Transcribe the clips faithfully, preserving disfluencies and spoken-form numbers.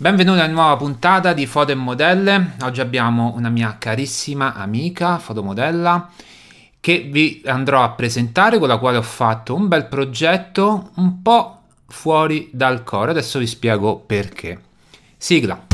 Benvenuti a una nuova puntata di Foto e Modelle. Oggi abbiamo una mia carissima amica, fotomodella, che vi andrò a presentare, con la quale ho fatto un bel progetto un po' fuori dal core. Adesso vi spiego perché. Sigla.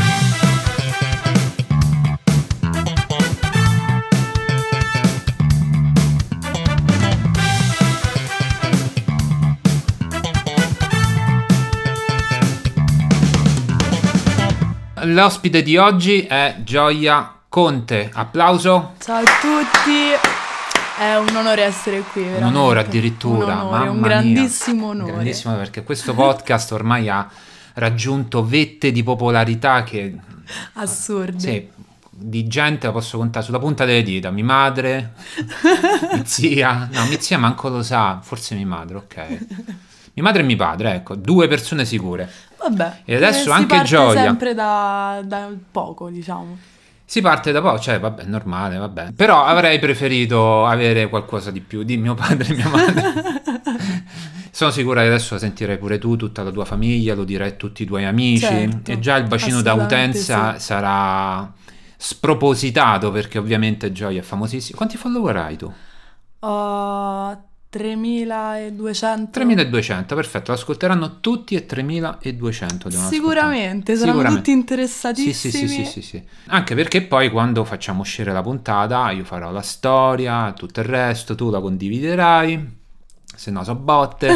L'ospite di oggi è Gioia Conte. Applauso. Ciao a tutti. È un onore essere qui, veramente. Un onore addirittura. Un, onore, Mamma un grandissimo mia. onore. Grandissimo, perché questo podcast ormai ha raggiunto vette di popolarità che... Assurde. Sì, di gente la posso contare sulla punta delle dita. Mia madre, mia zia. No, mia zia manco lo sa. Forse mia madre, ok. Mia madre e mio padre, ecco, due persone sicure. Vabbè, e adesso eh, anche si parte Gioia. sempre da, da poco, diciamo. Si parte da poco, cioè vabbè, normale, vabbè. Però avrei preferito avere qualcosa di più di mio padre e mia madre. Sono sicura che adesso lo sentirai pure tu, tutta la tua famiglia, lo dirai a tutti i tuoi amici. Certo, e già il bacino d'utenza sì. sarà spropositato, perché ovviamente Gioia è famosissima. Quanti follower hai tu? Ho tremiladuecento. tremiladuecento, perfetto, lo ascolteranno tutti e tremiladuecento devono Sicuramente, ascoltare. saranno Sicuramente. tutti interessatissimi. Sì, sì, sì, sì, sì, sì. Anche perché poi quando facciamo uscire la puntata io farò la storia, tutto il resto, tu la condividerai, se no so botte.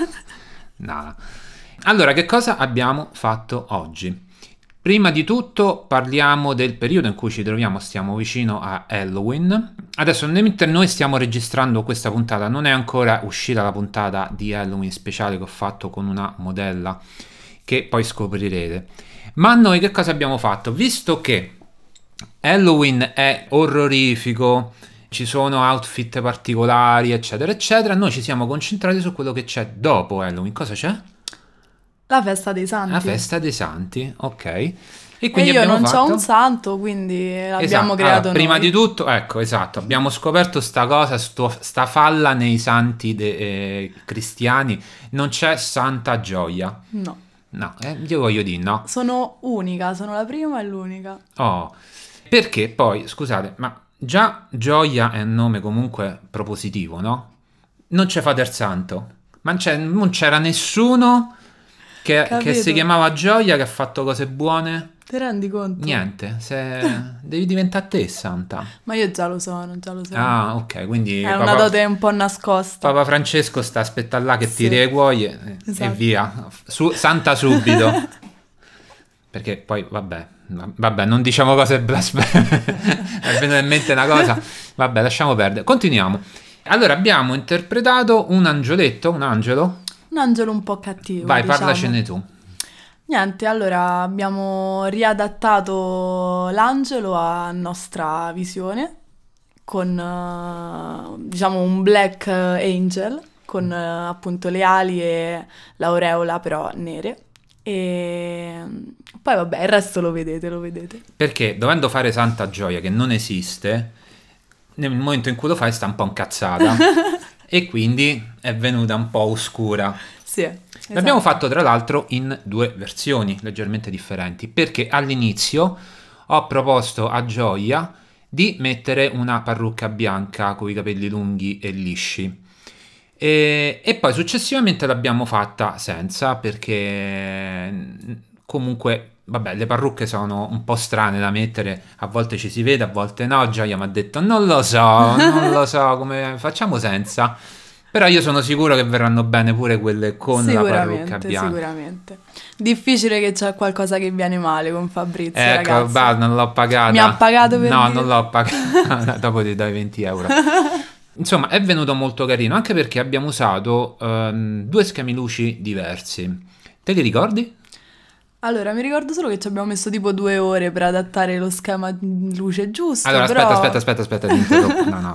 No. Allora, che cosa abbiamo fatto oggi? Prima di tutto parliamo del periodo in cui ci troviamo, stiamo vicino a Halloween. Adesso mentre noi stiamo registrando questa puntata non è ancora uscita la puntata di Halloween speciale che ho fatto con una modella, che poi scoprirete. Ma noi che cosa abbiamo fatto? Visto che Halloween è orrorifico, ci sono outfit particolari, eccetera, eccetera, noi ci siamo concentrati su quello che c'è dopo Halloween. Cosa c'è? La festa dei santi. La festa dei santi, ok. E quindi e io non fatto... c'ho un santo, quindi l'abbiamo esatto. creato allora, noi. Prima di tutto, ecco, esatto, abbiamo scoperto sta cosa, sto, sta falla nei santi de, eh, cristiani. Non c'è Santa Gioia. No. No, eh, io voglio dire no. Sono unica, sono la prima e l'unica. Oh, perché poi, scusate, ma già Gioia è un nome comunque propositivo, no? Non c'è Father Santo, ma c'è, non c'era nessuno... Che, che si chiamava Gioia, che ha fatto cose buone. Ti rendi conto? Niente, se... devi diventare te santa. Ma io già lo sono, già lo sono. Ah, ok, quindi... È Papa... una dote un po' nascosta. Papa Francesco sta aspettando là che sì. tiri i cuoio e, esatto. e via. Su, santa subito. Perché poi, vabbè, vabbè, non diciamo cose blasfeme. Mi viene in mente una cosa. Vabbè, lasciamo perdere. Continuiamo. Allora, abbiamo interpretato un angioletto, un angelo... Un angelo un po' cattivo. Vai, diciamo. parlacene tu. Niente, allora abbiamo riadattato l'angelo a nostra visione con uh, diciamo un black angel con uh, appunto le ali e l'aureola però nere. E poi vabbè, il resto lo vedete, lo vedete. Perché dovendo fare Santa Gioia, che non esiste, nel momento in cui lo fai sta un po' incazzata. E quindi è venuta un po' oscura. Sì, esatto. L'abbiamo fatto tra l'altro in due versioni leggermente differenti, perché all'inizio ho proposto a Gioia di mettere una parrucca bianca con i capelli lunghi e lisci. E, e poi successivamente l'abbiamo fatta senza, perché comunque... Vabbè, le parrucche sono un po' strane da mettere, a volte ci si vede, a volte no. Gioia mi ha detto non lo so, non lo so, come facciamo senza. Però io sono sicuro che verranno bene pure quelle con la parrucca bianca. Sicuramente, difficile che c'è qualcosa che viene male con Fabrizio, ecco, ragazzi. bah, non l'ho pagata. Mi ha pagato per No, dire... non l'ho pagata, dopo ti dai venti euro. Insomma, è venuto molto carino, anche perché abbiamo usato um, due schemi luci diversi. Te li ricordi? Allora, mi ricordo solo che ci abbiamo messo tipo due ore per adattare lo schema luce giusto. Allora, però... aspetta, aspetta, aspetta, aspetta, ti interrompo. No, no.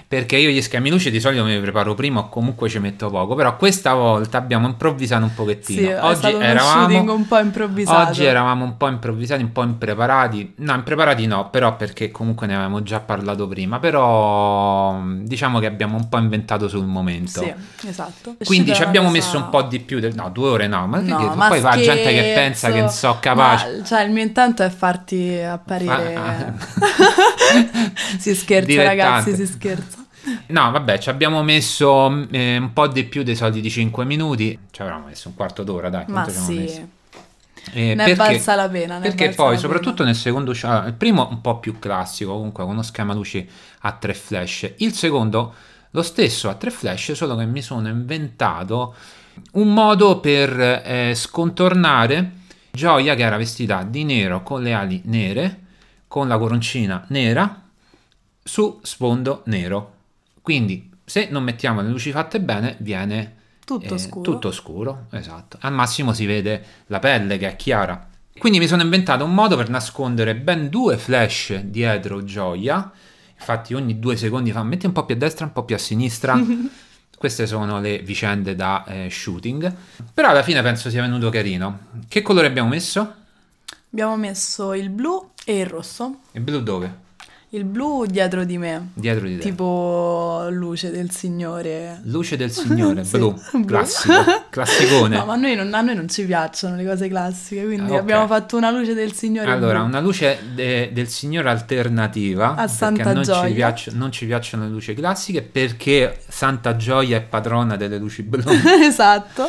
perché io gli schemi luce di solito me li preparo prima o comunque ci metto poco, però questa volta abbiamo improvvisato un pochettino. Sì, è oggi stato uno eravamo shooting un po' improvvisato. Oggi eravamo un po' improvvisati, un po' impreparati. No, impreparati no, però perché comunque ne avevamo già parlato prima, però diciamo che abbiamo un po' inventato sul momento. Sì, esatto. È Quindi uscita ci una abbiamo cosa- messo un po' di più del... No, due ore no, ma, No, che, ma poi va gente che scherzo. pensa che non so capace. Ma, cioè, il mio intento è farti apparire... Ah, Si scherza, Dilettante. ragazzi, si scherza. No, vabbè, ci abbiamo messo eh, un po' di più dei soliti di cinque minuti. Ci avremmo messo un quarto d'ora, dai. Ma quanto ci abbiamo messo? sì, Eh, ne è valsa la pena. ne è Perché valsa poi, la soprattutto pena. nel secondo, allora, il primo un po' più classico, comunque con uno schema luci a tre flash. Il secondo, lo stesso a tre flash, solo che mi sono inventato un modo per eh, scontornare Gioia, che era vestita di nero con le ali nere, con la coroncina nera, su sfondo nero. Quindi, se non mettiamo le luci fatte bene, viene Tutto eh, scuro. tutto scuro, esatto. Al massimo si vede la pelle che è chiara. Quindi mi sono inventato un modo per nascondere ben due flash dietro Gioia. Infatti ogni due secondi fa metti un po' più a destra, un po' più a sinistra. Queste sono le vicende da eh, shooting. Però alla fine penso sia venuto carino. Che colore abbiamo messo? Abbiamo messo il blu e il rosso. Il blu dove? Il blu dietro di me, Dietro di te. tipo luce del Signore. Luce del Signore, Sì, blu, blu. classico, classicone. No, ma a noi, non, a noi non ci piacciono le cose classiche, quindi Ah, ok. abbiamo fatto una luce del Signore Allora, blu. una luce de- del Signore alternativa, A Santa perché non ci, Gioia. piaccio- non ci piacciono le luci classiche, perché Santa Gioia è patrona delle luci blu. Esatto.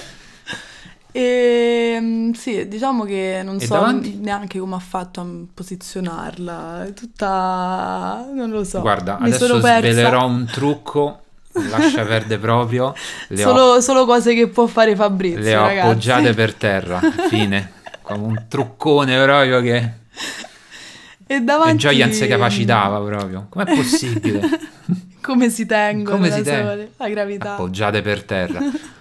E mm, sì, diciamo che non E so davanti? neanche come ha fatto a posizionarla, è tutta... non lo so. Guarda, Mi sono adesso persa. svelerò un trucco, lascia perdere proprio, le ho, Solo, solo cose che può fare Fabrizio, le ho ragazzi. appoggiate per terra, fine, come un truccone proprio che... E davanti... E Gioia non si capacitava proprio, com'è possibile? Come si tengono Come da si tengono? sole, la gravità. Appoggiate per terra.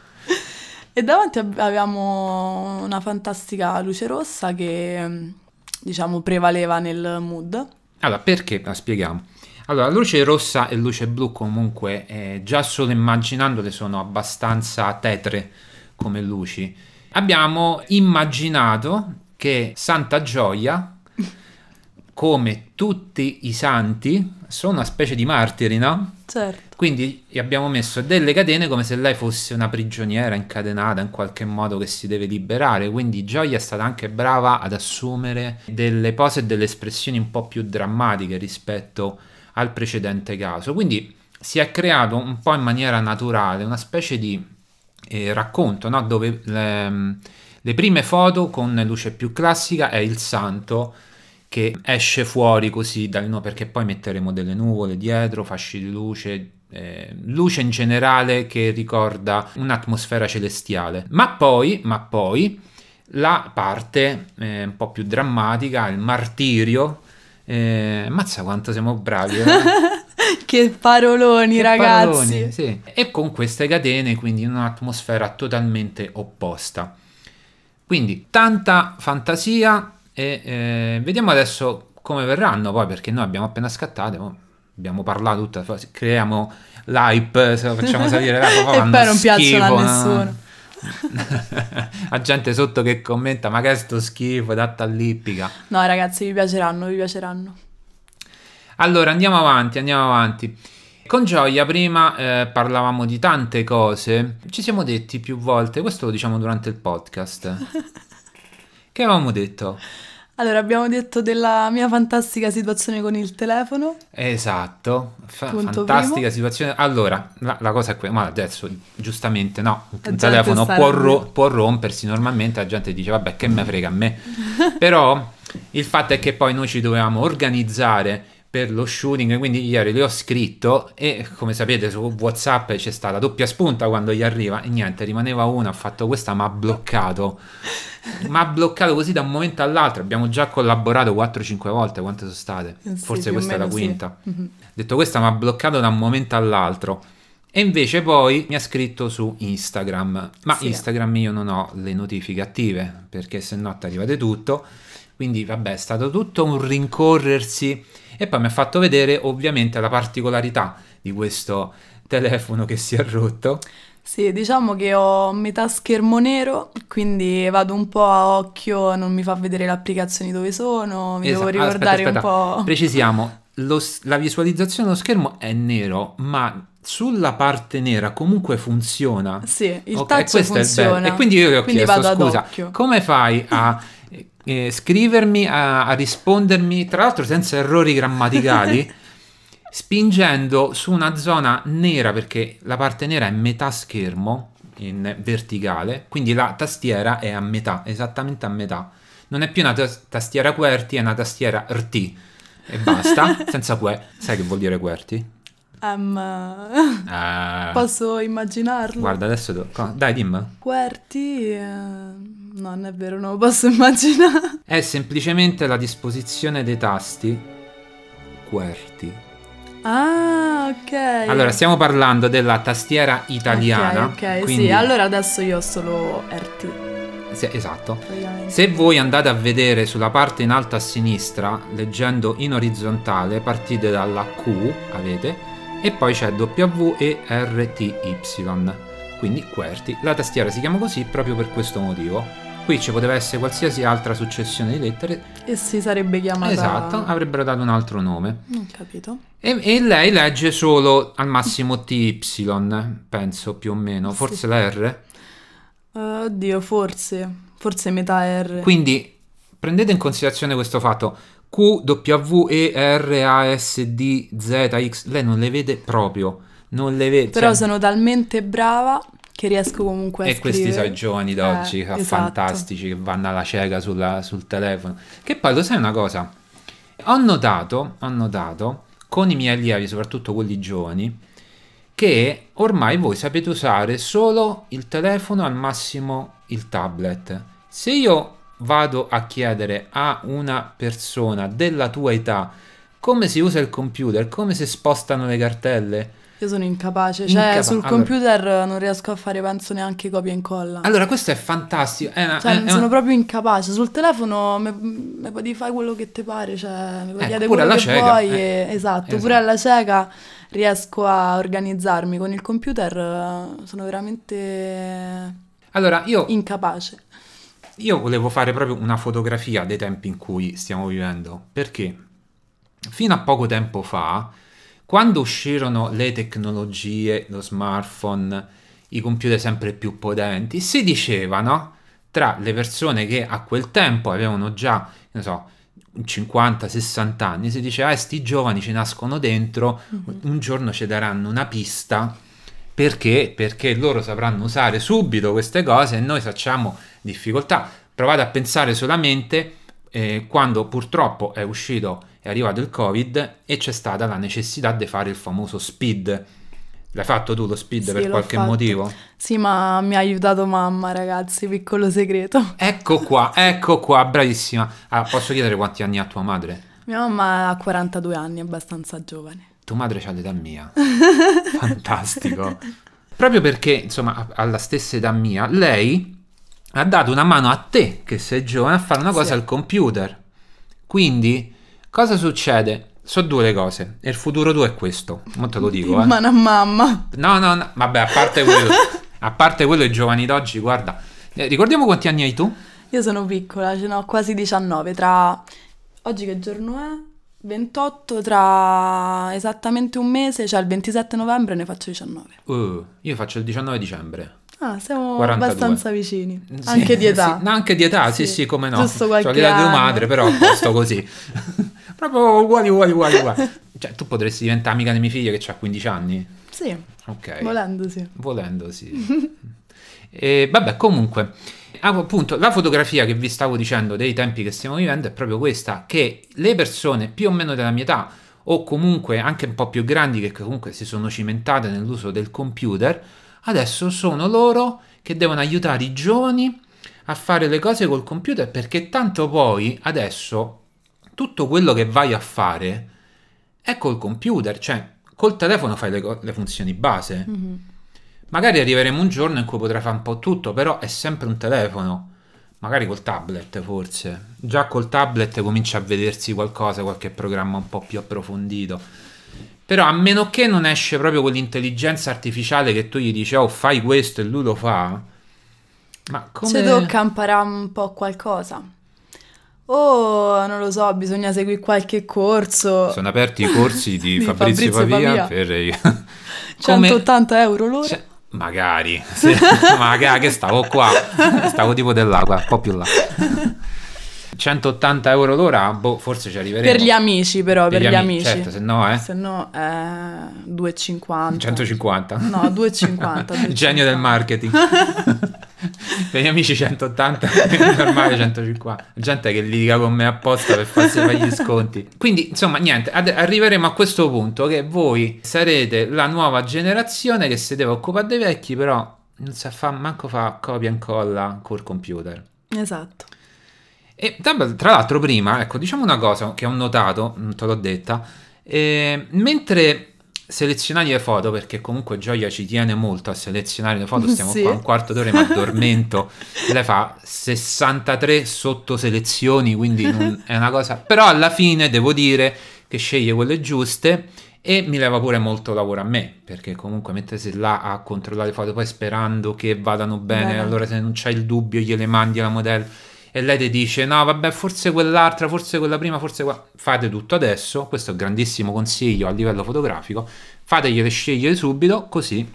E davanti ab- avevamo una fantastica luce rossa che, mm, diciamo, prevaleva nel mood. Allora, perché? La spieghiamo. Allora, luce rossa e luce blu comunque, eh, già solo immaginandole, sono abbastanza tetre come luci. Abbiamo immaginato che Santa Gioia, come tutti i santi, sono una specie di martiri, no? Certo. Quindi gli abbiamo messo delle catene come se lei fosse una prigioniera incatenata in qualche modo che si deve liberare. Quindi Gioia è stata anche brava ad assumere delle pose e delle espressioni un po' più drammatiche rispetto al precedente caso. Quindi si è creato un po' in maniera naturale una specie di eh, racconto, no? Dove le, le prime foto con luce più classica è il santo che esce fuori così dal no, perché poi metteremo delle nuvole dietro, fasci di luce, eh, luce in generale che ricorda un'atmosfera celestiale. Ma poi, ma poi la parte eh, un po' più drammatica, il martirio, eh, mazza quanto siamo bravi, eh? Che paroloni, Che ragazzi. paroloni, sì. E con queste catene, quindi in un'atmosfera totalmente opposta. Quindi tanta fantasia. E eh, vediamo adesso come verranno poi, perché noi abbiamo appena scattate, oh, abbiamo parlato tutta, creiamo l'hype, se lo facciamo salire là, poi E fanno poi non piacciono a schifo, nessuno. La gente sotto che commenta, ma che è sto schifo, datta all'ippica. No, ragazzi, vi piaceranno, vi piaceranno. Allora andiamo avanti, andiamo avanti. Con Gioia prima eh, parlavamo di tante cose, ci siamo detti più volte, questo lo diciamo durante il podcast. Che avevamo detto? Allora, abbiamo detto della mia fantastica situazione con il telefono. Esatto, Fa- Punto fantastica primo. situazione. Allora, la, la cosa è quella, ma adesso giustamente no, La un gente telefono sta può, arrabbiata. ro- può rompersi, normalmente la gente dice vabbè che me frega a me, però il fatto è che poi noi ci dovevamo organizzare per lo shooting, quindi ieri le ho scritto e come sapete su WhatsApp c'è sta la doppia spunta quando gli arriva e niente, rimaneva una, ho fatto questa, ma ha bloccato. Ma ha bloccato così da un momento all'altro. Abbiamo già collaborato quattro cinque volte. Quante sono state? Eh sì, Forse più o questa è la meno sì. quinta. Mhm. Ho detto questa mi ha bloccato da un momento all'altro. E invece poi mi ha scritto su Instagram. Ma Sì. Instagram io non ho le notifiche attive, perché se no ti arrivate tutto. Quindi vabbè, è stato tutto un rincorrersi e poi mi ha fatto vedere ovviamente la particolarità di questo telefono che si è rotto. Sì, diciamo che ho metà schermo nero, quindi vado un po' a occhio, non mi fa vedere le applicazioni dove sono, mi devo Esatto. ricordare Aspetta, aspetta. un po'. Precisiamo, lo s- la visualizzazione dello schermo è nero, ma sulla parte nera comunque funziona. Sì, il Ok, touch questo è il bello. funziona, E quindi io le ho quindi chiesto, vado ad scusa, occhio. come fai a eh, scrivermi, a, a rispondermi, tra l'altro senza errori grammaticali, spingendo su una zona nera, perché la parte nera è metà schermo, in verticale, quindi la tastiera è a metà, esattamente a metà. Non è più una tas- tastiera QWERTY, è una tastiera R T e basta, senza que. Sai che vuol dire QWERTY? Ehm, Eh, posso immaginarlo? guarda, adesso do- co- dai, dimmi. QWERTY, eh, no, non è vero, non lo posso immaginare. È semplicemente la disposizione dei tasti QWERTY. Ah, ok. Allora, stiamo parlando della tastiera italiana. Ok, ok, quindi- sì, allora adesso io ho solo R T, Sì, esatto. praticamente. Se voi andate a vedere sulla parte in alto a sinistra, leggendo in orizzontale, partite dalla Q, avete, e poi c'è W E R T Y, quindi QWERTY. La tastiera si chiama così proprio per questo motivo. Qui ci poteva essere qualsiasi altra successione di lettere. E si sarebbe chiamata... Esatto, avrebbero dato un altro nome. Non capito. E, e lei legge solo al massimo T Y, penso più o meno, Sì. forse la R. Eh, oddio, forse, forse metà R. Quindi prendete in considerazione questo fatto. Q, W, E, R, A, S, D, Z, X, lei non le vede proprio, non le vede. Però cioè- sono talmente brava che riesco comunque a E questi scrivere. sono i giovani Eh, d'oggi, esatto. fantastici, che vanno alla cieca sulla- sul telefono. Che poi, lo sai una cosa? Ho notato, ho notato, con i miei allievi, soprattutto quelli giovani, che ormai voi sapete usare solo il telefono, al massimo il tablet. Se io vado a chiedere a una persona della tua età come si usa il computer, come si spostano le cartelle, Io sono incapace, cioè Incapa- sul allora- computer non riesco a fare, penso, neanche copia e incolla. allora questo è fantastico. È una- Cioè, è- è sono una- proprio incapace. Sul telefono mi, mi puoi fare quello che ti pare, cioè, mi puoi Ecco, chiedere pure quello alla che cieca, vuoi. eh. e- esatto, Esatto. pure alla cieca riesco a organizzarmi. Con il computer eh, sono veramente Allora, io, incapace. io volevo fare proprio una fotografia dei tempi in cui stiamo vivendo, perché fino a poco tempo fa, quando uscirono le tecnologie, lo smartphone, i computer sempre più potenti, si diceva, no? Tra le persone che a quel tempo avevano già, ne so, cinquanta sessanta anni, si diceva, eh, sti giovani ci nascono dentro, un giorno ci daranno una pista, perché? Perché loro sapranno usare subito queste cose e noi facciamo difficoltà. Provate a pensare solamente eh, quando purtroppo è uscito, è arrivato il Covid e c'è stata la necessità di fare il famoso SPID. L'hai fatto tu lo SPID Sì, per l'ho qualche fatto. motivo? Sì, ma mi ha aiutato mamma, ragazzi, piccolo segreto. Ecco qua, ecco qua, bravissima. Ah, posso chiedere quanti anni ha tua madre? Mia mamma ha quarantadue anni, è abbastanza giovane. Tua madre c'ha l'età mia. Fantastico. Proprio perché, insomma, ha- ha la stessa età mia, lei ha dato una mano a te, che sei giovane, a fare una cosa Sì. al computer. Quindi, cosa succede? Sono due le cose. E il futuro tuo è questo. Mo te lo dico, In eh. mano a mamma. No, no, no. Vabbè, a parte quello, a parte quello, i giovani d'oggi, guarda. Eh, ricordiamo quanti anni hai tu? Io sono piccola, ce n'ho quasi diciannove, tra... Oggi che giorno è? ventotto, tra esattamente un mese, cioè il ventisette novembre ne faccio diciannove. Uh, io faccio il diciannove dicembre. Ah, siamo quarantadue. abbastanza vicini, Sì, anche di età. sì, no, anche di età, sì, Sì, sì, come no. giusto qualche Cioè, l'età di tua anno. madre, però a posto così. Proprio uguali, uguali, uguali, uguali. Cioè, tu potresti diventare amica di mia figlia che ha quindici anni? Sì, Ok. volendo sì. Volendo, sì. E vabbè, comunque, appunto, la fotografia che vi stavo dicendo dei tempi che stiamo vivendo è proprio questa, che le persone più o meno della mia età, o comunque anche un po' più grandi, che comunque si sono cimentate nell'uso del computer, adesso sono loro che devono aiutare i giovani a fare le cose col computer, perché tanto poi adesso tutto quello che vai a fare è col computer, cioè col telefono fai le, co- le funzioni base. Mhm. Magari arriveremo un giorno in cui potrai fare un po' tutto, però è sempre un telefono. magari col tablet forse. Già col tablet comincia a vedersi qualcosa, qualche programma un po' più approfondito. Però a meno che non esce proprio quell'intelligenza artificiale che tu gli dici oh fai questo e lui lo fa, ma come... Se tocca imparare un po' qualcosa. Oh, non lo so, bisogna seguire qualche corso. Sono aperti i corsi di, Di Fabrizio, Fabrizio Pavia, Pavia. per... Come- centottanta euro l'ora. Cioè, magari, se- magari che stavo qua, stavo tipo dell'acqua, un po' più là. centottanta euro l'ora, boh, forse ci arriveremo. Per gli amici però, per, gli amici. Certo, se no, eh. Se no, eh, due e cinquanta. centocinquanta. No, due e cinquanta. Il genio del marketing. Per gli amici centottanta, normale centocinquanta. Gente che litiga con me apposta per farsi fare gli sconti. Quindi, insomma, niente, ad- arriveremo a questo punto che voi sarete la nuova generazione che si deve occupare dei vecchi, però non sa fa manco fa copia e incolla col computer. Esatto. E tra tra l'altro prima, ecco, diciamo una cosa che ho notato, non te l'ho detta, eh, mentre selezionavi le foto, perché comunque Gioia ci tiene molto a selezionare le foto, stiamo Sì. qua un quarto d'ora, ma addormento, lei fa sessantatré sottoselezioni, quindi non- è una cosa... Però alla fine devo dire che sceglie quelle giuste e mi leva pure molto lavoro a me, perché comunque mettersi là a controllare le foto, poi sperando che vadano bene, Bene. allora se non c'hai il dubbio gliele mandi alla modella e lei ti dice no vabbè forse quell'altra, forse quella prima, forse qua. Fate tutto adesso, questo è un grandissimo consiglio a livello fotografico, fategliele scegliere subito così.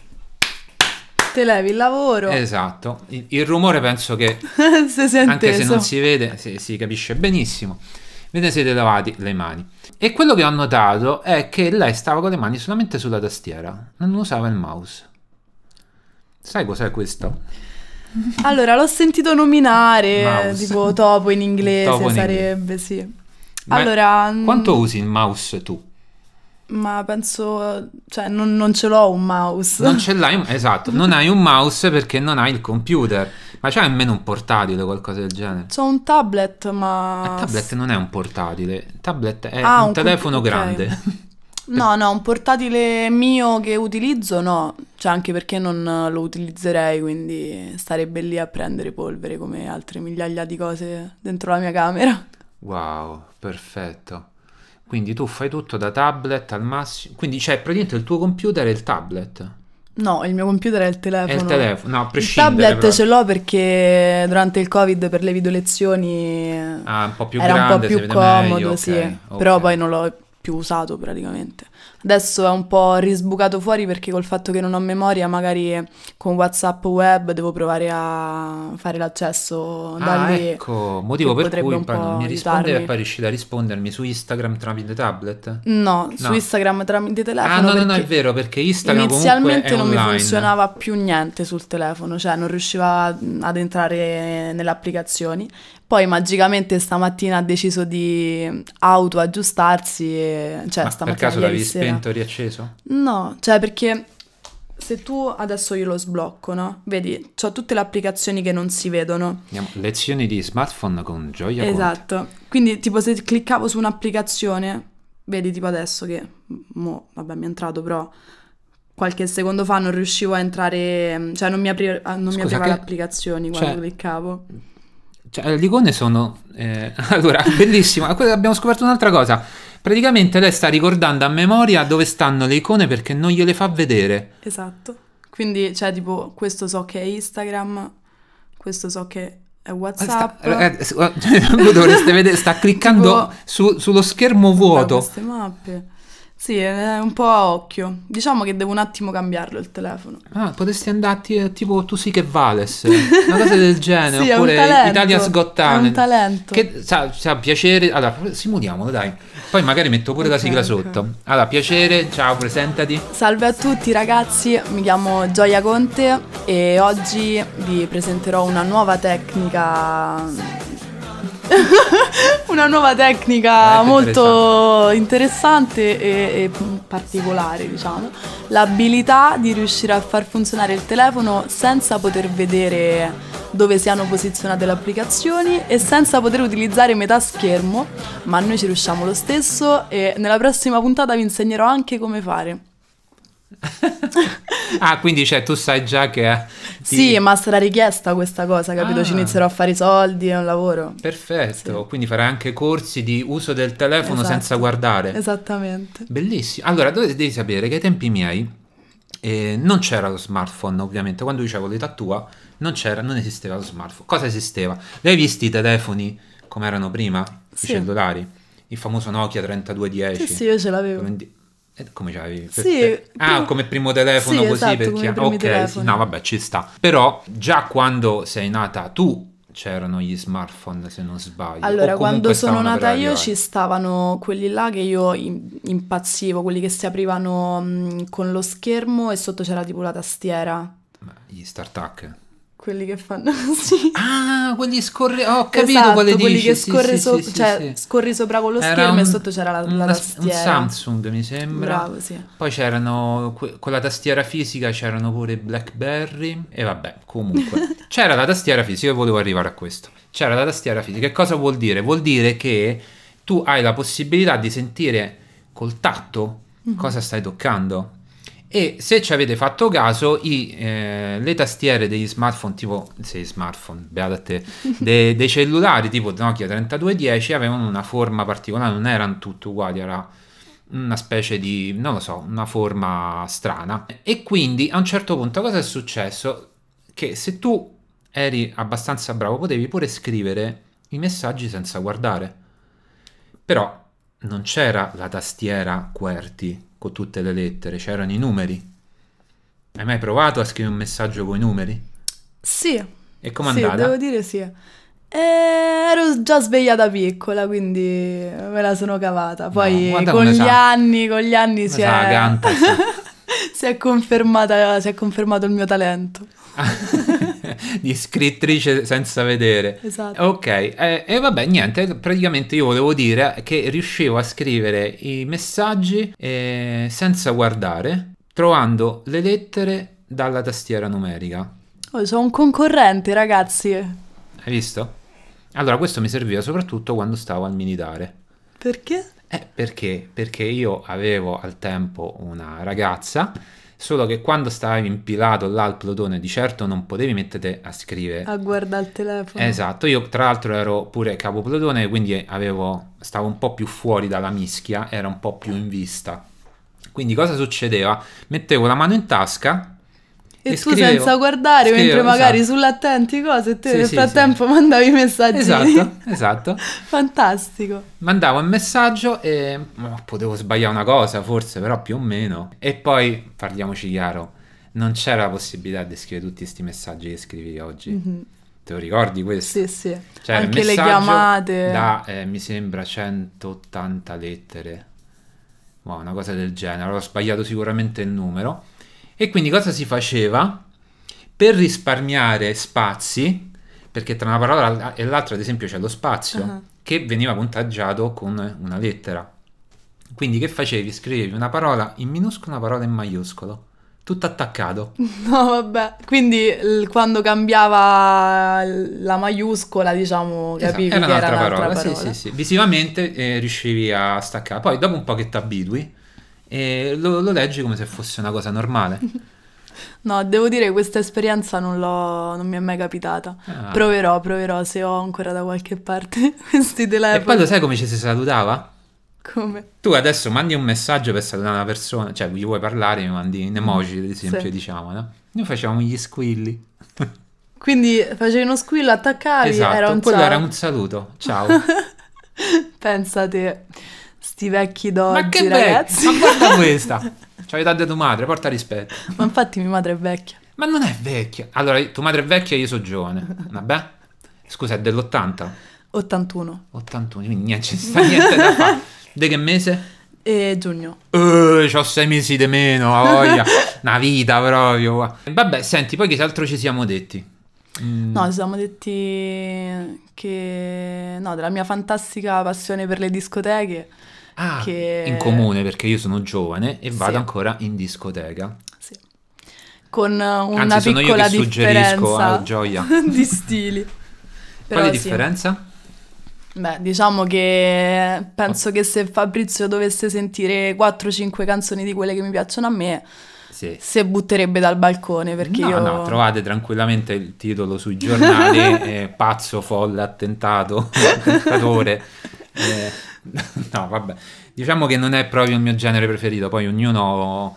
Te levi il lavoro. Esatto, il, il rumore penso che Se si è anche se inteso. non si vede si, si capisce benissimo. Ve ne siete lavati le mani. E quello che ho notato è che lei stava con le mani solamente sulla tastiera, non usava il mouse. Sai cos'è questo? Allora, l'ho sentito nominare, Mouse. tipo topo in inglese Topo in sarebbe, sì. Ma Allora, mm, quanto usi il mouse tu? ma penso, cioè, non, non ce l'ho un mouse. Non ce l'hai, esatto, non hai un mouse perché non hai il computer. Ma c'hai almeno un portatile o qualcosa del genere? C'ho un tablet, ma... Il tablet non è un portatile, il tablet è Ah, un un telefono compu- ok. grande. No, no, un portatile mio che utilizzo no, cioè anche perché non lo utilizzerei, quindi starebbe lì a prendere polvere come altre migliaia di cose dentro la mia camera. Wow, perfetto. Quindi tu fai tutto da tablet al massimo. Quindi c'è praticamente il tuo computer e il tablet. No, il mio computer è il telefono. È il telefono, no, a Il prescindere. tablet proprio. ce l'ho perché durante il Covid per le video lezioni Ah, un po' più era grande, un po' si più vede comodo, meglio, ok, sì, ok. però poi non l'ho più usato praticamente. Adesso è un po' risbucato fuori perché col fatto che non ho memoria, magari con WhatsApp web devo provare a fare l'accesso da Ah, lì. ecco, motivo che per potrebbe cui un poi po' non mi risponde e aiutarmi. poi riuscite a rispondermi su Instagram tramite tablet? No, su No. Instagram tramite telefono. Ah, no, no, no, è perché vero, perché Instagram comunque inizialmente è non mi online. funzionava più niente sul telefono, cioè non riusciva ad entrare nelle applicazioni. Poi magicamente stamattina ha deciso di auto-aggiustarsi e, cioè Ma per stamattina caso ieri l'avevi sera. spento o riacceso? No, cioè perché se tu adesso io lo sblocco, no? Vedi, c'ho tutte le applicazioni che non si vedono. Andiamo. Lezioni di smartphone con Gioia Conte. Esatto. Quindi tipo se cliccavo su un'applicazione, vedi tipo adesso che mo, vabbè, mi è entrato però qualche secondo fa non riuscivo a entrare, cioè non mi apriva, non mi Scusa, apriva che- le applicazioni quando cioè- cliccavo. Cioè, le icone sono... eh, allora, bellissimo. Abbiamo scoperto un'altra cosa. Praticamente lei sta ricordando a memoria dove stanno le icone perché non gliele fa vedere. Esatto. Quindi cioè tipo questo so che è Instagram, questo so che è WhatsApp. Sta, eh, s- voi dovreste vedere, sta cliccando Tipo- su- sullo schermo Guarda vuoto. queste mappe. Sì, è un po' a occhio. Diciamo che devo un attimo cambiarlo il telefono. Ah, potresti andarti eh, tipo tu sì che vales, una cosa del genere, Sì, è un oppure talento, Italia's Got è un Talent. talento. Che sa, sa piacere. Allora, simuliamolo, dai. Poi magari metto pure la Ok, sigla ok. sotto. Allora, piacere, ciao, presentati. Salve a tutti ragazzi, mi chiamo Gioia Conte e oggi vi presenterò una nuova tecnica una nuova tecnica Eh, molto interessante e, e particolare, diciamo, l'abilità di riuscire a far funzionare il telefono senza poter vedere dove siano posizionate le applicazioni e senza poter utilizzare metà schermo, ma noi ci riusciamo lo stesso e nella prossima puntata vi insegnerò anche come fare. Ah, quindi cioè, tu sai già che... eh, ti- Sì, ma sarà richiesta questa cosa, capito? Ci Ah. inizierò a fare i soldi, è un lavoro. Perfetto, Sì. quindi farai anche corsi di uso del telefono senza Esatto. guardare. Esattamente. Bellissimo. Allora, dove- devi sapere che ai tempi miei eh, non c'era lo smartphone, ovviamente. Quando io avevo l'età tua, non c'era, non esisteva lo smartphone. Cosa esisteva? Li hai visti i telefoni come erano prima? I Sì. cellulari? Il famoso Nokia trentadue dieci? Sì, sì, io ce l'avevo. Quello in di- eh, Come c'avevi? Per Sì, te? Ah, prima- come primo telefono Sì, così esatto, per come chi- i primi Ok, sì, telefoni. no, vabbè, ci sta. Però già quando sei nata tu c'erano gli smartphone, se non sbaglio. Allora, o quando comunque sono stavano per nata io arrivare. ci stavano quelli là che io im- impazzivo, quelli che si aprivano mh, con lo schermo e sotto c'era tipo la tastiera. Ma gli StarTAC. Quelli che fanno così. Ah, quelli scorre... oh, ho capito Esatto, quale quelli dici. che Sì, scorre sì, so- sì, sì, cioè, sì. scorri sopra con lo Era schermo e un- sotto c'era la, la una- tastiera. un Samsung, mi sembra. Bravo, sì. Poi c'erano que- con la tastiera fisica c'erano pure i BlackBerry e vabbè, comunque. C'era la tastiera fisica, io volevo arrivare a questo. C'era la tastiera fisica. Che cosa vuol dire? Vuol dire che tu hai la possibilità di sentire col tatto cosa stai toccando. E se ci avete fatto caso, i, eh, le tastiere degli smartphone, tipo, sì, smartphone, beata a te, de- dei cellulari tipo Nokia trentadue dieci avevano una forma particolare, non erano tutte uguali, era una specie di, non lo so, una forma strana. E quindi a un certo punto cosa è successo? Che se tu eri abbastanza bravo potevi pure scrivere i messaggi senza guardare. Però non c'era la tastiera QWERTY con tutte le lettere, c'erano i numeri. Hai mai provato a scrivere un messaggio con i numeri? Sì, E com'è sì, andata? devo dire sì. E ero già svegliata piccola, quindi me la sono cavata. Poi guarda con come gli sa. anni, con gli anni Come si sa, è... canta, sa. si è confermata, si è confermato il mio talento. Di scrittrice senza vedere. Esatto. Ok, e eh, vabbè, niente, praticamente io volevo dire che riuscivo a scrivere i messaggi eh, senza guardare, trovando le lettere dalla tastiera numerica. Oh, sono un concorrente, ragazzi. Hai visto? Allora, questo mi serviva soprattutto quando stavo al militare. Perché? Eh, perché? Perché io avevo al tempo una ragazza, solo che quando stavi impilato là al plotone, di certo non potevi mettere a scrivere. A guardare il telefono. Esatto, io tra l'altro ero pure capo plotone, quindi avevo, stavo un po' più fuori dalla mischia, era un po' più in vista. Quindi cosa succedeva? Mettevo la mano in tasca E, e tu scrivevo- senza guardare, scrivevo, mentre magari esatto. sull'attenti cose, e te Sì, nel sì, frattempo mandavi i messaggi. Esatto, esatto. Fantastico. Mandavo un messaggio e ma, potevo sbagliare una cosa, forse, però più o meno. E poi, parliamoci chiaro, non c'era la possibilità di scrivere tutti questi messaggi che scrivi oggi. Mhm. Te lo ricordi questo? Sì, sì. Cioè, il Anche le messaggio chiamate. da, eh, mi sembra, centottanta lettere. Wow, una cosa del genere. Avevo sbagliato sicuramente il numero. E quindi cosa si faceva? Per risparmiare spazi, perché tra una parola e l'altra, ad esempio, c'è lo spazio, Ah. che veniva conteggiato con una lettera. Quindi che facevi? Scrivevi una parola in minuscolo, una parola in maiuscolo. Tutto attaccato. No, vabbè. Quindi il- quando cambiava la maiuscola, diciamo, Esatto, capivi era che un'altra era parola. un'altra Sì, parola. sì, sì. Visivamente eh, riuscivi a staccare. Poi dopo un po' che ti abitui, eh, lo, lo leggi come se fosse una cosa normale. No, devo dire che questa esperienza non l'ho, non mi è mai capitata. Ah. Proverò, proverò se ho ancora da qualche parte questi E poi telefoni. lo sai come ci si salutava? Come? Tu adesso mandi un messaggio per salutare una persona, cioè gli vuoi parlare, mi mandi un emoji, ad esempio, Sì. diciamo, no? Noi facevamo gli squilli. Quindi facevi uno squillo, attaccavi, Esatto, era un quello ciao. era un saluto. Ciao. Pensa te, sti vecchi Ma d'oggi, che ragazzi. vecchia, ma guarda questa. C'hai dato tua madre, porta rispetto. Ma infatti mia madre è vecchia. Ma non è vecchia. Allora, tua madre è vecchia e io sono giovane. Vabbè? Scusa, è dell'ottanta? ottantuno. ottantuno, quindi niente, ci sta niente da fare. De che mese? E giugno. Eh, c'ho sei mesi di meno, ha voglia. Una vita proprio. Qua. Vabbè, senti, poi che altro ci siamo detti? Mm, No, ci siamo detti che... No, della mia fantastica passione per le discoteche. ah, che- in comune, perché io sono giovane e vado Sì. ancora in discoteca. Sì. Con una Anzi, sono io piccola che suggerisco differenza a Gioia. di stili. Però Quale sì. differenza? Beh, diciamo che penso che se Fabrizio dovesse sentire quattro cinque canzoni di quelle che mi piacciono a me, Sì. se butterebbe dal balcone, perché No, io... no, trovate tranquillamente il titolo sui giornali, eh, pazzo, folle, attentato, attentatore. Eh, no, vabbè, diciamo che non è proprio il mio genere preferito, poi ognuno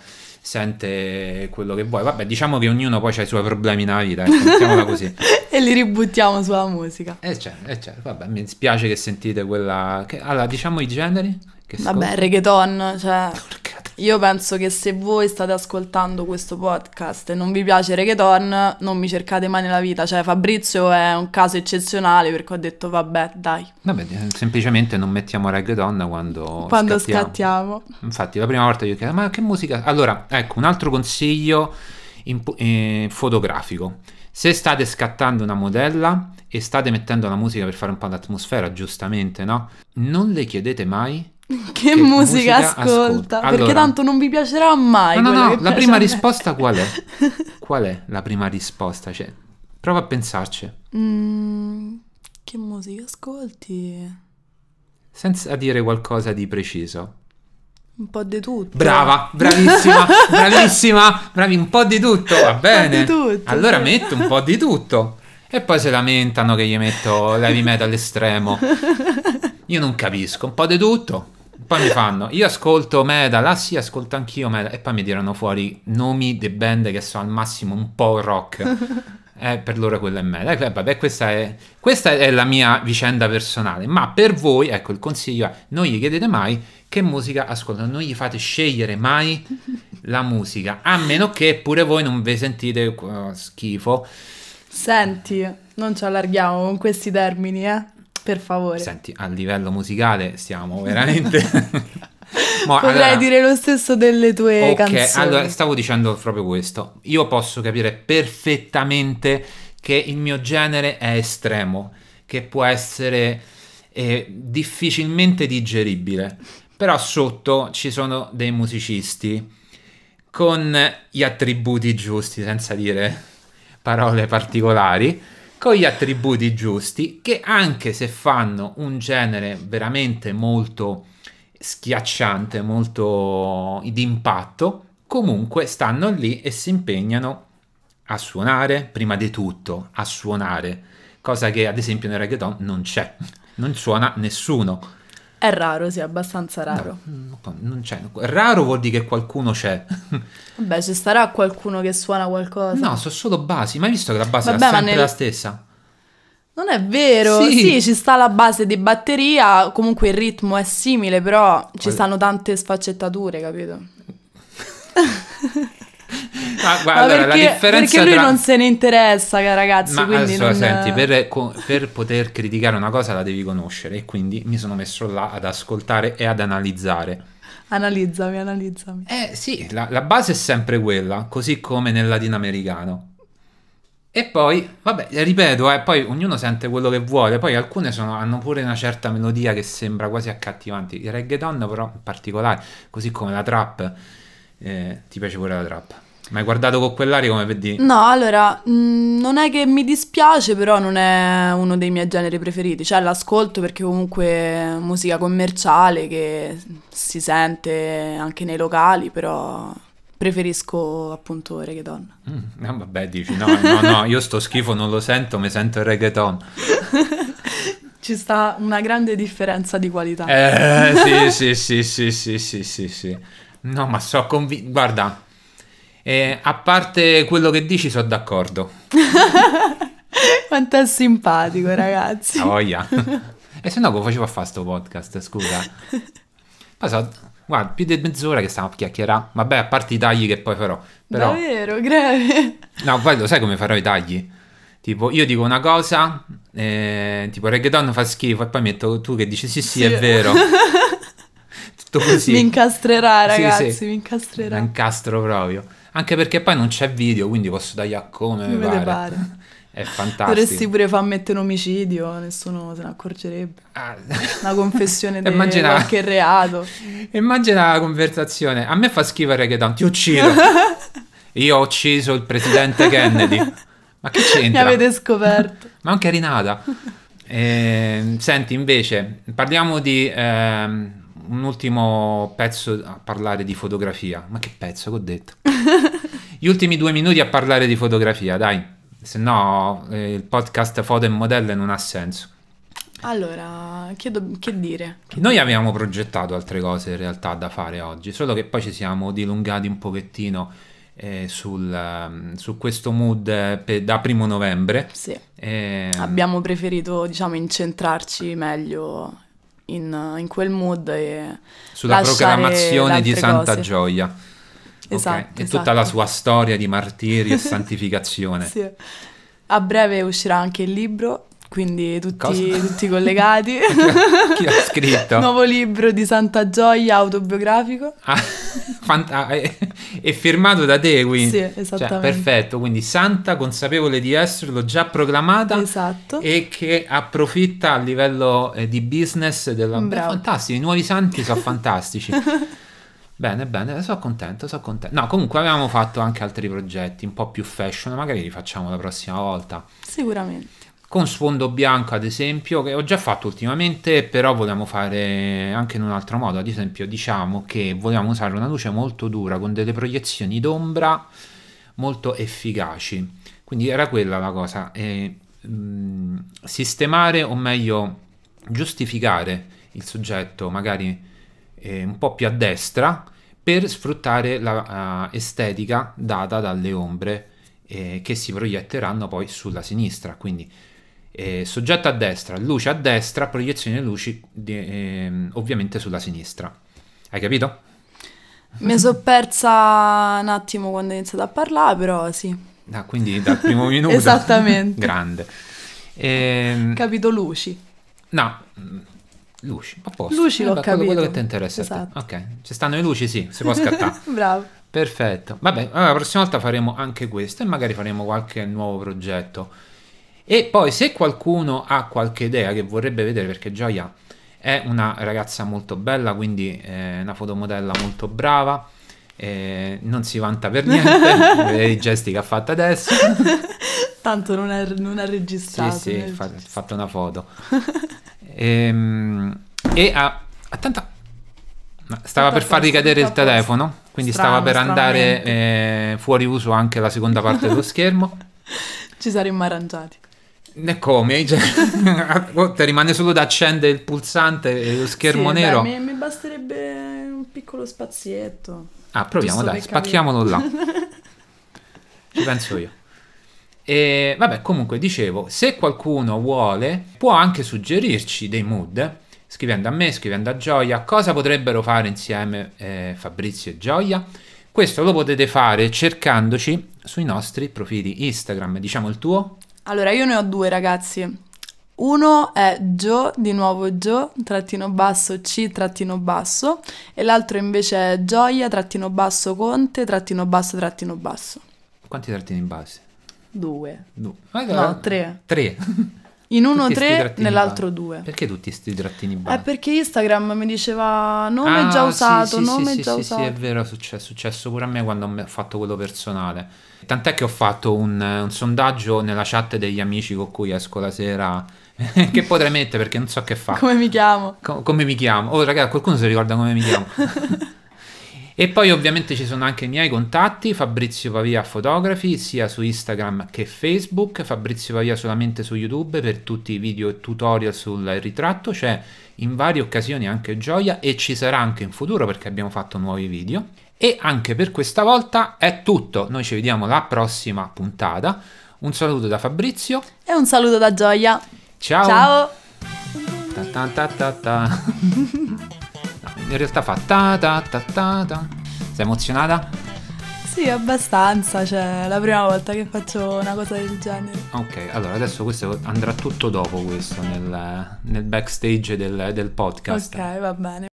sente quello che vuole. Vabbè, diciamo che ognuno poi ha i suoi problemi nella vita, ecco, mettiamola così. E li ributtiamo sulla musica. Eh certo, eh certo, vabbè, mi dispiace che sentite quella... Che... Allora, diciamo i generi? Che Vabbè, ascolti? reggaeton, cioè... Porca Io penso che se voi state ascoltando questo podcast e non vi piace reggaeton, non mi cercate mai nella vita. Cioè, Fabrizio è un caso eccezionale perché ho detto, vabbè, dai, Vabbè, eh, semplicemente non mettiamo reggaeton quando, quando scattiamo. scattiamo. Infatti, la prima volta io chiedo, ma che musica? Allora, ecco, un altro consiglio in- eh, fotografico. Se state scattando una modella e state mettendo la musica per fare un po' l'atmosfera, giustamente, no? Non le chiedete mai Che, che musica, musica ascolta? ascolta. Perché Allora- tanto non vi piacerà mai. No, no, quello no, che la piace prima a me. risposta qual è? Qual è la prima risposta? Cioè, prova a pensarci, Mm, che musica ascolti? senza dire qualcosa di preciso. Un po' di tutto. Brava, bravissima, bravissima, bravi, un po' di tutto, va bene. di tutto, Allora sì. metto un po' di tutto. E poi si lamentano che gli metto l'heavy metal estremo. Io non capisco, un po' di tutto. Poi mi fanno, io ascolto metal, ah sì, ascolto anch'io metal. E poi mi tirano fuori nomi di band che sono al massimo un po' rock. Eh, per loro quello è metal. Eh, vabbè, questa è, questa è la mia vicenda personale. Ma per voi, ecco, il consiglio è, non gli chiedete mai che musica ascoltano, non gli fate scegliere mai la musica, a meno che pure voi non vi sentite uh, schifo. Senti, non ci allarghiamo con questi termini, eh? Per favore. Senti, a livello musicale stiamo veramente... Mo, Potrei allora- dire lo stesso delle tue Ok, canzoni. allora stavo dicendo proprio questo. Io posso capire perfettamente che il mio genere è estremo, che può essere eh, difficilmente digeribile, però sotto ci sono dei musicisti con gli attributi giusti, senza dire parole particolari, con gli attributi giusti, che anche se fanno un genere veramente molto schiacciante, molto d'impatto, comunque stanno lì e si impegnano a suonare, prima di tutto a suonare, cosa che ad esempio nel reggaeton non c'è, non suona nessuno. È raro, sì, è abbastanza raro. No, non c'è. Raro vuol dire che qualcuno c'è. Vabbè, ci starà qualcuno che suona qualcosa. No, sono solo basi. Ma hai visto che la base Vabbè, è ma sempre nel- la stessa? Non è vero. Sì. Sì. ci sta la base di batteria, comunque il ritmo è simile, però ci Qual- stanno tante sfaccettature, capito? Ah, guarda, Ma allora, la perché, differenza perché lui tra... non se ne interessa, ragazzi, Ma quindi adesso non... senti, per, co- per poter criticare una cosa la devi conoscere e quindi mi sono messo là ad ascoltare e ad analizzare. Analizzami, analizzami. Eh sì, la, la base è sempre quella, così come nel latinoamericano. E poi, vabbè, ripeto, eh, poi ognuno sente quello che vuole, poi alcune sono- hanno pure una certa melodia che sembra quasi accattivante. Il reggaeton però in particolare, così come la trap, eh, ti piace pure la trap? Ma hai guardato con quell'aria come per dire... No, allora, mh, non è che mi dispiace, però non è uno dei miei generi preferiti. Cioè, l'ascolto perché comunque è musica commerciale che si sente anche nei locali, però preferisco appunto reggaeton. Mm, ah, vabbè, dici, no, no, no, io sto schifo non lo sento, mi sento il reggaeton. Ci sta una grande differenza di qualità. Eh, sì, sì, sì, sì, sì, sì, sì, sì. No, ma so convinto, guarda, eh, a parte quello che dici, sono d'accordo. Quanto è simpatico, ragazzi. A voglia. E se no, come facevo a fare sto podcast, scusa? Poi so, guarda, più di mezz'ora che stiamo a chiacchierare. Vabbè, a parte i tagli che poi farò. Però, Davvero, greve. no, poi lo sai come farò i tagli? Tipo, io dico una cosa, eh, tipo reggaeton fa schifo, e poi metto tu che dici sì, sì, Sì. è vero. Tutto così. Mi incastrerà, Sì, ragazzi, sì. mi La incastrerà. incastro proprio. Anche perché poi non c'è video, quindi posso tagliare come mi Come pare. te pare. È fantastico. Dovresti pure far mettere un omicidio, nessuno se ne accorgerebbe. Ah. Una confessione di Immagina- qualche reato. Immagina la conversazione. A me fa schifo il reggaeton, ti uccido. Io ho ucciso il presidente Kennedy. Ma che Mi c'entra? avete scoperto. Ma anche Rinata. Eh, senti, invece, parliamo di ehm, un ultimo pezzo a parlare di fotografia. Ma che pezzo che ho detto? Gli ultimi due minuti a parlare di fotografia, dai, se no eh, il podcast Foto e Modelle non ha senso. Allora, che, do- che dire? Che Noi avevamo progettato altre cose in realtà da fare oggi, solo che poi ci siamo dilungati un pochettino eh, sul, um, su questo mood eh, pe- da primo novembre. Sì, Eh, abbiamo preferito, diciamo, incentrarci meglio in, in quel mood e sulla lasciare proclamazione le di altre Santa cose. Gioia. Ok, Esatto, e tutta la esatto. sua storia di martirio e santificazione. Sì. A breve uscirà anche il libro, quindi tutti, Cosa? tutti collegati. Chi l'ha scritto? Nuovo libro di Santa Gioia autobiografico. Ah, fant- ah, è, è firmato da te, quindi. Sì, Cioè, esattamente. perfetto, quindi Santa, consapevole di esserlo, già proclamata Esatto. e che approfitta a livello eh, di business della... Beh, Bravo. fantastico, i nuovi santi sono fantastici. Bene, bene, sono contento, sono contento. No, comunque avevamo fatto anche altri progetti un po' più fashion, magari li facciamo la prossima volta. Sicuramente. Con sfondo bianco, ad esempio, che ho già fatto ultimamente, però vogliamo fare anche in un altro modo. Ad esempio, diciamo che vogliamo usare una luce molto dura con delle proiezioni d'ombra molto efficaci. Quindi era quella la cosa, eh, mh, sistemare o meglio giustificare il soggetto magari eh, un po' più a destra per sfruttare la uh, estetica data dalle ombre eh, che si proietteranno poi sulla sinistra. Quindi eh, soggetto a destra, luce a destra, proiezione di luci di, eh, ovviamente sulla sinistra. Hai capito? Mi sono persa un attimo quando ho iniziato a parlare, però sì. Ah, quindi dal primo minuto. Esattamente. Grande. Ehm, Capito luci. no, luci, a posto. Luci l'ho Vabbè, quello, quello capito. che ti interessa a te. Esatto. Ok, ci stanno le luci, sì, si può scattare. Bravo. Perfetto. Vabbè, allora, la prossima volta faremo anche questo e magari faremo qualche nuovo progetto. E poi se qualcuno ha qualche idea che vorrebbe vedere, perché Gioia è una ragazza molto bella, quindi è una fotomodella molto brava, eh, non si vanta per niente, vedete i gesti che ha fatto adesso. Tanto non ha, non ha Sì, registrato. sì, non ha fa- registrato. fatto una foto. Ehm, e ha, ha tanta... no, stava Tutto per a far posto, ricadere il tutto a posto. telefono, quindi Strano, stava per andare stranamente. eh, fuori uso anche la seconda parte dello schermo. Ci saremmo arrangiati. E come? Cioè, oh, ti rimane solo da accendere il pulsante e lo schermo Sì, nero? beh, mi, mi basterebbe un piccolo spazietto. Ah, proviamo, giusto dai, per capire. spacchiamolo là. Ci penso io. E vabbè, comunque dicevo, se qualcuno vuole, può anche suggerirci dei mood, scrivendo a me, scrivendo a Gioia, cosa potrebbero fare insieme eh, Fabrizio e Gioia. Questo lo potete fare cercandoci sui nostri profili Instagram. Diciamo il tuo? Allora, io ne ho due, ragazzi. Uno è Gio, di nuovo Gio, trattino basso C, trattino basso, e l'altro invece è Gioia, trattino basso Conte, trattino basso, trattino basso. Quanti trattini in base? Due. No, No, tre. Tre. In uno Tutti sti tre, trattini nell'altro base. due. Perché tutti sti trattini È base? perché Instagram mi diceva nome Ah, già sì, usato, sì, nome sì, già sì, usato. sì, è vero, è successo, è successo pure a me quando ho fatto quello personale. Tant'è che ho fatto un, un sondaggio nella chat degli amici con cui esco la sera, che potrei mettere perché non so che fa. Come mi chiamo? Co- come mi chiamo? Oh, ragazzi, qualcuno si ricorda come mi chiamo? E poi ovviamente ci sono anche i miei contatti, Fabrizio Pavia Fotografi, sia su Instagram che Facebook, Fabrizio Pavia solamente su YouTube per tutti i video e tutorial sul ritratto, c'è in varie occasioni anche Gioia e ci sarà anche in futuro perché abbiamo fatto nuovi video. E anche per questa volta è tutto, noi ci vediamo alla prossima puntata, un saluto da Fabrizio, E un saluto da Gioia. ciao! Ciao. Ta ta ta ta ta. In realtà fa ta ta ta ta ta. Sei emozionata? Sì, abbastanza, cioè, è la prima volta che faccio una cosa del genere. Ok, allora adesso questo andrà tutto dopo questo nel, nel backstage del, del podcast. Ok, va bene.